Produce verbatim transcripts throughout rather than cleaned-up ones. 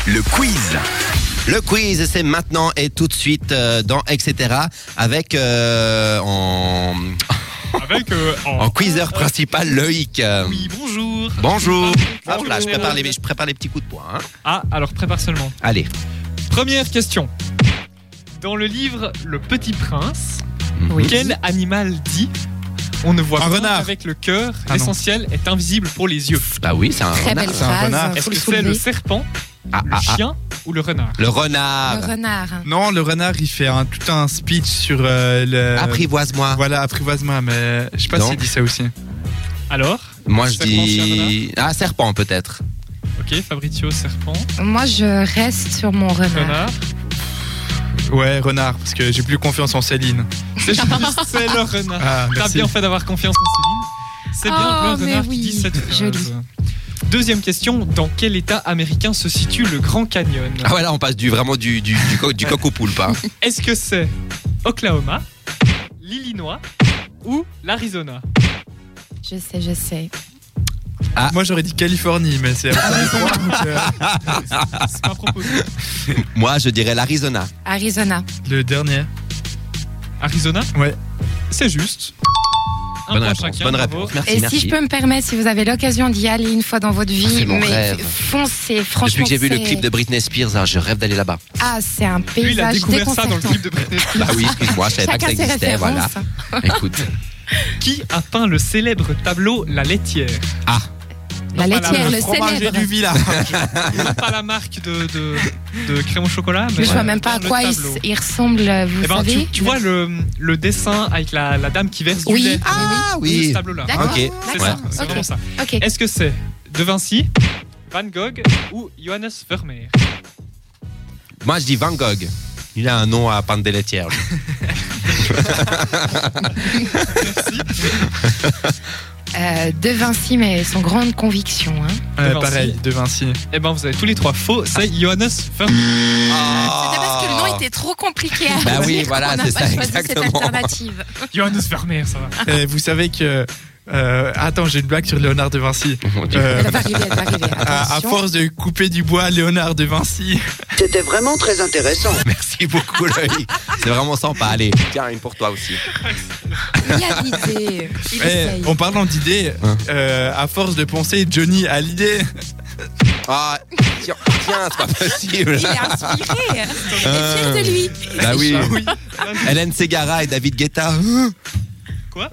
le quiz. Le quiz, c'est maintenant et tout de suite euh, dans et cetera avec euh, en... Avec euh, en... en quizzer principal Loïc. Oui, bonjour. Bonjour. Bonjour. Hop là, je prépare les, je prépare les petits coups de poing. Hein. Ah, alors prépare seulement. Allez. Première question. Dans le livre Le Petit Prince, Oui. quel animal dit on ne voit Un pas renard. avec le cœur, Ah non. l'essentiel est invisible pour les yeux. Bah oui, c'est un Très renard. belle c'est un phrase. renard. faut Est-ce le que c'est le soulever. serpent, Ah, le ah, ah. chien ou le renard? Le renard. Le renard. Non, le renard, il fait un, tout un speech sur euh, le. Apprivoise-moi. Voilà, apprivoise-moi, mais je sais pas Donc. s'il dit ça aussi. Alors, Moi, je Serpent, chien, dis... Ah, serpent peut-être. ok, Fabrizio, serpent, Moi, je reste sur mon renard. renard. Ouais, renard, parce que j'ai plus confiance en Céline. C'est juste, c'est le renard. Ah, T'as merci. bien fait d'avoir confiance en Céline. C'est bien Oh, le mais renard oui, qui dit cette phrase. joli. Deuxième question, dans quel état américain se situe le Grand Canyon? Ah voilà, on passe du vraiment du, du, du, co- du coq au poulpe. Hein. Est-ce que c'est Oklahoma, l'Illinois ou l'Arizona? Je sais, je sais. Moi, j'aurais dit Californie, mais c'est. Donc, euh, C'est pas proposé. Moi, je dirais l'Arizona. Arizona. le dernier. Arizona? Ouais. C'est juste. Un Bonne point réponse. chacun, Bonne bravo. réponse. Merci, Et merci. si je peux me permettre, si vous avez l'occasion d'y aller une fois dans votre Ah, vie, c'est mon mais rêve. foncez, franchement. Depuis que j'ai vu le c'est- clip de Britney Spears, hein, je rêve d'aller là-bas. Ah, c'est un Lui, il a paysage découvert ça dans le déconcertant. clip de Britney Spears. Bah oui, excuse-moi, je savais pas que Chacun ça ses existait. Voilà. références. Écoute. Qui a peint le célèbre tableau La Laitière? Ah, La Non, pas laitière, le Fromager célèbre. du village. Non, pas la marque de, de, de crème au chocolat, mais Mais je vois euh, même pas à le quoi il, tableau. il ressemble, vous Eh ben, savez. tu, tu vois le, le dessin avec la, la dame qui verse Oui. du lait. Ah C'est oui. ce tableau-là. D'accord. Ok. C'est D'accord. ça, c'est Ok. vraiment ça. Ok. Est-ce que c'est De Vinci, Van Gogh ou Johannes Vermeer? Moi, je dis Van Gogh. Il a un nom à peindre des laitières. lui. Merci. Euh, de Vinci, mais sans grande conviction. Hein. Ouais, De Vinci. pareil, de Vinci. Eh ben, vous avez tous les trois faux. C'est Johannes Vermeer. C'était parce que le nom était trop compliqué à Bah oui, dire voilà, qu'on n'a c'est pas ça, choisi exactement. cette alternative. Johannes Vermeer, ça va. Et vous savez que. euh, attends, j'ai une blague sur Léonard de Vinci. Mon Dieu. Euh, Elle va arriver, elle va arriver. à, à Attention. force de couper du bois, Léonard de Vinci. C'était vraiment très intéressant. Merci beaucoup, Loïc. C'est vraiment sympa. Allez, tiens, une pour toi aussi. Il a l'idée. Il Eh, essaye. en parlant d'idées, Hein. euh, à force de penser, Johnny a l'idée. Ah, tiens, tiens, c'est pas possible. Il est inspiré. Il est fier de lui. Bah oui. Ah oui. Hélène Ségara et David Guetta. Quoi?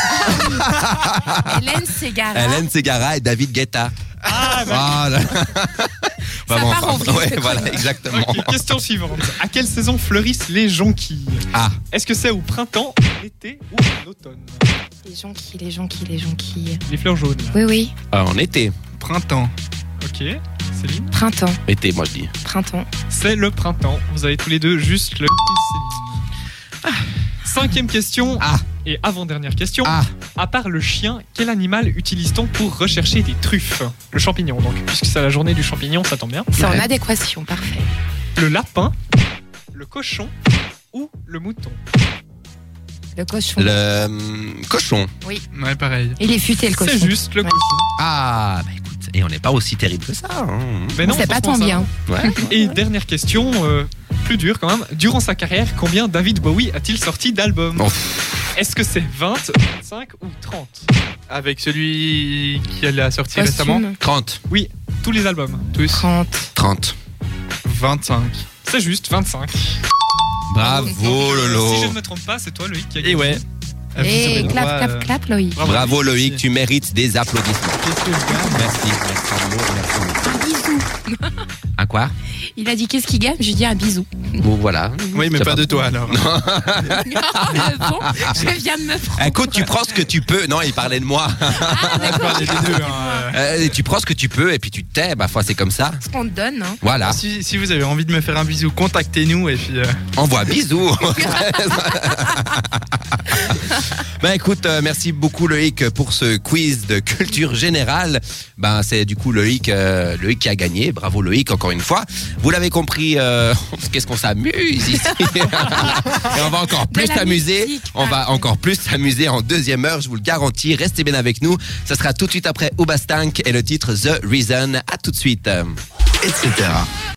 Hélène Ségara. Hélène Ségara et David Guetta. Ah, bah, Ah, là. Ça part en vrille, ouais, cette voilà, chronique. exactement. ok, question suivante. À quelle saison fleurissent les jonquilles? Ah, Est-ce que c'est au printemps, l'été ou en automne? Les jonquilles, les jonquilles, les jonquilles. Les fleurs jaunes. là. Oui, oui. euh, en été. Printemps. Ok, Céline. Printemps. Été, moi je dis. Printemps. C'est le printemps. Vous avez tous les deux juste le Céline. Cinquième question Ah. et avant-dernière question. Ah, À part le chien, quel animal utilise-t-on pour rechercher des truffes? Le champignon, donc, puisque c'est la journée du champignon, ça tombe bien. C'est en Ouais. adéquation, parfait. Le lapin, le cochon ou le mouton? Le cochon. le hum, cochon. Ouais, pareil. Il est futé, le cochon. C'est juste le Ouais. cochon. Ah, bah écoute, et on n'est pas aussi terrible que ça. Hein. Mais non, C'est pas franchement, tant ça bien. va. Ouais. Et dernière question, euh, plus dure quand même. Durant sa carrière, combien David Bowie a-t-il sorti d'albums? Bon. Est-ce que c'est vingt, vingt-cinq ou trente? Avec celui qui a sorti Costume. récemment, trente. Tous les albums. tous trente. trente. vingt-cinq. C'est juste vingt-cinq. Bravo, Donc, euh, Lolo. Si je ne me trompe pas, c'est toi Loïc qui a Et gagné. ouais. Vous avez Et le clap, droit, clap, euh, clap, Loïc. Bravo. Bravo, Loïc, Merci. tu mérites des applaudissements. Qu'est-ce que je gagne Merci, merci, amour, merci. Un bisou. Un quoi? Il a dit qu'est-ce qu'il gagne? Je lui dis un bisou. Bon, voilà. Oui, mais Ça pas va. de toi alors. bon, je viens de me prendre. Écoute, tu prends ce que tu peux. Non, il parlait de moi. Ah, d'accord. Parlez des deux. hein, euh. Euh, tu prends ce que tu peux et puis tu te tais. Bah, foi, c'est comme ça. Ce qu'on te donne. Hein. Voilà. Si, si vous avez envie de me faire un bisou, contactez-nous et puis. euh, Envoie bisous. Ben écoute, euh, merci beaucoup Loïc pour ce quiz de culture générale. Ben c'est du coup Loïc, euh, Loïc qui a gagné. Bravo Loïc encore une fois. Vous l'avez compris, euh, qu'est-ce qu'on s'amuse ici. Et on va encore plus De la s'amuser. musique, On va parfait. encore plus s'amuser en deuxième heure, je vous le garantis. Restez bien avec nous. Ça sera tout de suite après Ubastank et le titre The Reason. À tout de suite. et cetera.